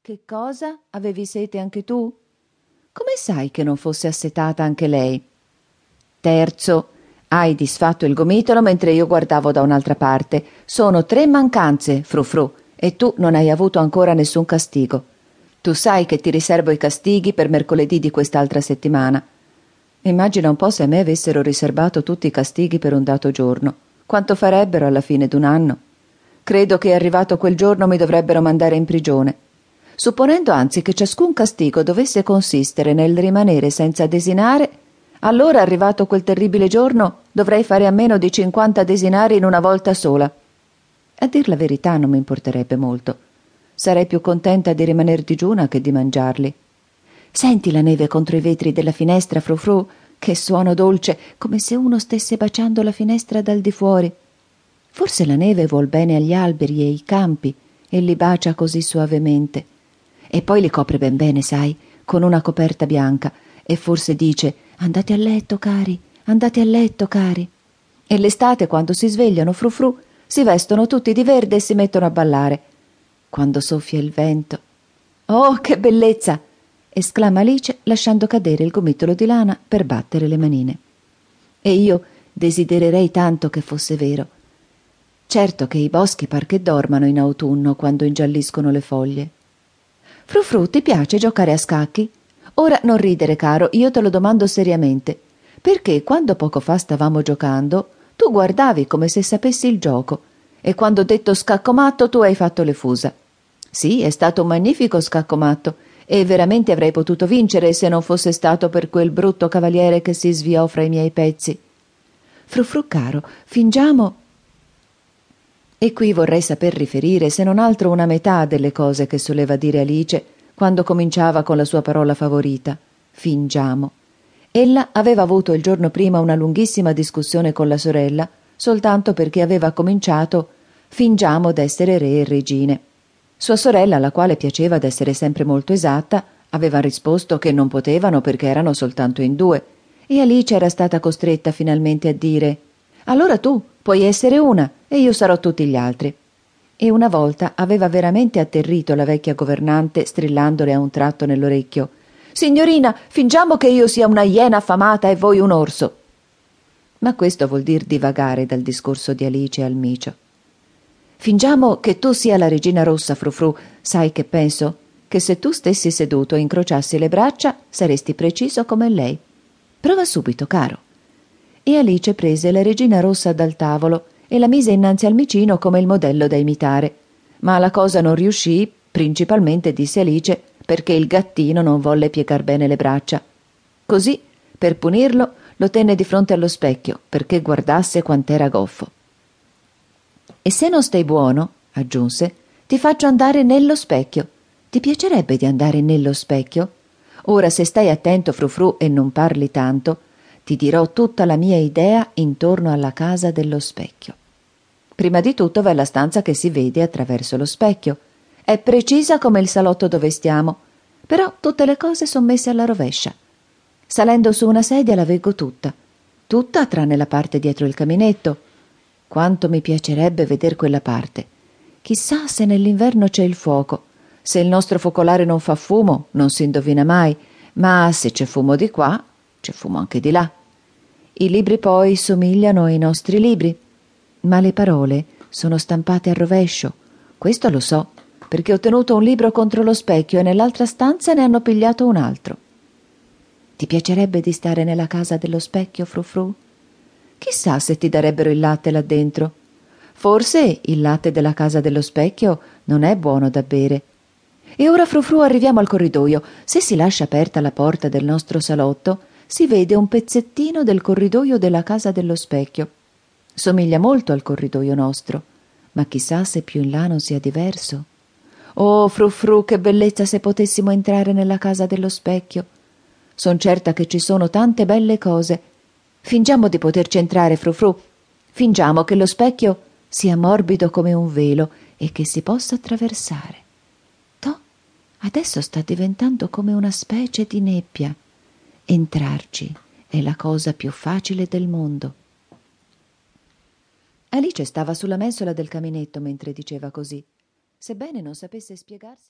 Che cosa? Avevi sete anche tu? Come sai che non fosse assetata anche lei? Terzo, hai disfatto il gomitolo mentre io guardavo da un'altra parte. Sono 3 mancanze, frufru, e tu non hai avuto ancora nessun castigo. Tu sai che ti riservo i castighi per mercoledì di quest'altra settimana. Immagina un po' se a me avessero riservato tutti i castighi per un dato giorno. Quanto farebbero alla fine d'un anno? Credo che arrivato quel giorno mi dovrebbero mandare in prigione. Supponendo anzi che ciascun castigo dovesse consistere nel rimanere senza desinare, allora arrivato quel terribile giorno dovrei fare a meno di 50 desinari in una volta sola. A dir la verità non mi importerebbe molto. Sarei più contenta di rimaner digiuna che di mangiarli. Senti la neve contro i vetri della finestra, frufru, che suono dolce, come se uno stesse baciando la finestra dal di fuori. Forse la neve vuol bene agli alberi e ai campi e li bacia così suavemente. E poi li copre ben bene, sai, con una coperta bianca, e forse dice: andate a letto, cari, andate a letto, cari. E l'estate, quando si svegliano, frufru, si vestono tutti di verde e si mettono a ballare. Quando soffia il vento. Oh, che bellezza! Esclama Alice, lasciando cadere il gomitolo di lana per battere le manine. E io desidererei tanto che fosse vero. Certo che i boschi par che dormano in autunno quando ingialliscono le foglie. Frufru, ti piace giocare a scacchi? Ora non ridere, caro, io te lo domando seriamente. Perché quando poco fa stavamo giocando, tu guardavi come se sapessi il gioco, e quando ho detto scacco matto tu hai fatto le fusa. Sì, è stato un magnifico scacco matto, e veramente avrei potuto vincere se non fosse stato per quel brutto cavaliere che si sviò fra i miei pezzi. Frufru, caro, fingiamo... E qui vorrei saper riferire, se non altro una metà delle cose che soleva dire Alice quando cominciava con la sua parola favorita, fingiamo. Ella aveva avuto il giorno prima una lunghissima discussione con la sorella, soltanto perché aveva cominciato fingiamo d'essere re e regine. Sua sorella, alla quale piaceva d'essere sempre molto esatta, aveva risposto che non potevano perché erano soltanto in 2, e Alice era stata costretta finalmente a dire: allora tu puoi essere una e io sarò tutti gli altri. E una volta aveva veramente atterrito la vecchia governante strillandole a un tratto nell'orecchio: signorina, fingiamo che io sia una iena affamata e voi un orso. Ma questo vuol dir divagare dal discorso di Alice al micio. Fingiamo che tu sia la regina rossa, frufru. Sai che penso? Che se tu stessi seduto e incrociassi le braccia saresti preciso come lei. Prova subito, caro. E Alice prese la regina rossa dal tavolo e la mise innanzi al micino come il modello da imitare. Ma la cosa non riuscì, principalmente, disse Alice, perché il gattino non volle piegar bene le braccia. Così, per punirlo, lo tenne di fronte allo specchio, perché guardasse quant'era goffo. E se non stai buono, aggiunse, ti faccio andare nello specchio. Ti piacerebbe di andare nello specchio? Ora, se stai attento, frufru, e non parli tanto, ti dirò tutta la mia idea intorno alla casa dello specchio. Prima di tutto v'è la stanza che si vede attraverso lo specchio. È precisa come il salotto dove stiamo, però tutte le cose son messe alla rovescia. Salendo su una sedia la veggo tutta tranne la parte dietro il caminetto. Quanto mi piacerebbe veder quella parte. Chissà se nell'inverno c'è il fuoco. Se il nostro focolare non fa fumo, non si indovina mai, ma se c'è fumo di qua, c'è fumo anche di là. I libri poi somigliano ai nostri libri, ma le parole sono stampate al rovescio. Questo lo so, perché ho tenuto un libro contro lo specchio e nell'altra stanza ne hanno pigliato un altro. Ti piacerebbe di stare nella casa dello specchio, frufru? Chissà se ti darebbero il latte là dentro. Forse il latte della casa dello specchio non è buono da bere. E ora, frufru, arriviamo al corridoio. Se si lascia aperta la porta del nostro salotto, si vede un pezzettino del corridoio della casa dello specchio. Somiglia molto al corridoio nostro, ma chissà se più in là non sia diverso. Oh, frufru, che bellezza se potessimo entrare nella casa dello specchio. Son certa che ci sono tante belle cose. Fingiamo di poterci entrare, frufru. Fingiamo che lo specchio sia morbido come un velo e che si possa attraversare. Toh, adesso sta diventando come una specie di nebbia. Entrarci è la cosa più facile del mondo. Alice stava sulla mensola del caminetto mentre diceva così, sebbene non sapesse spiegarsi.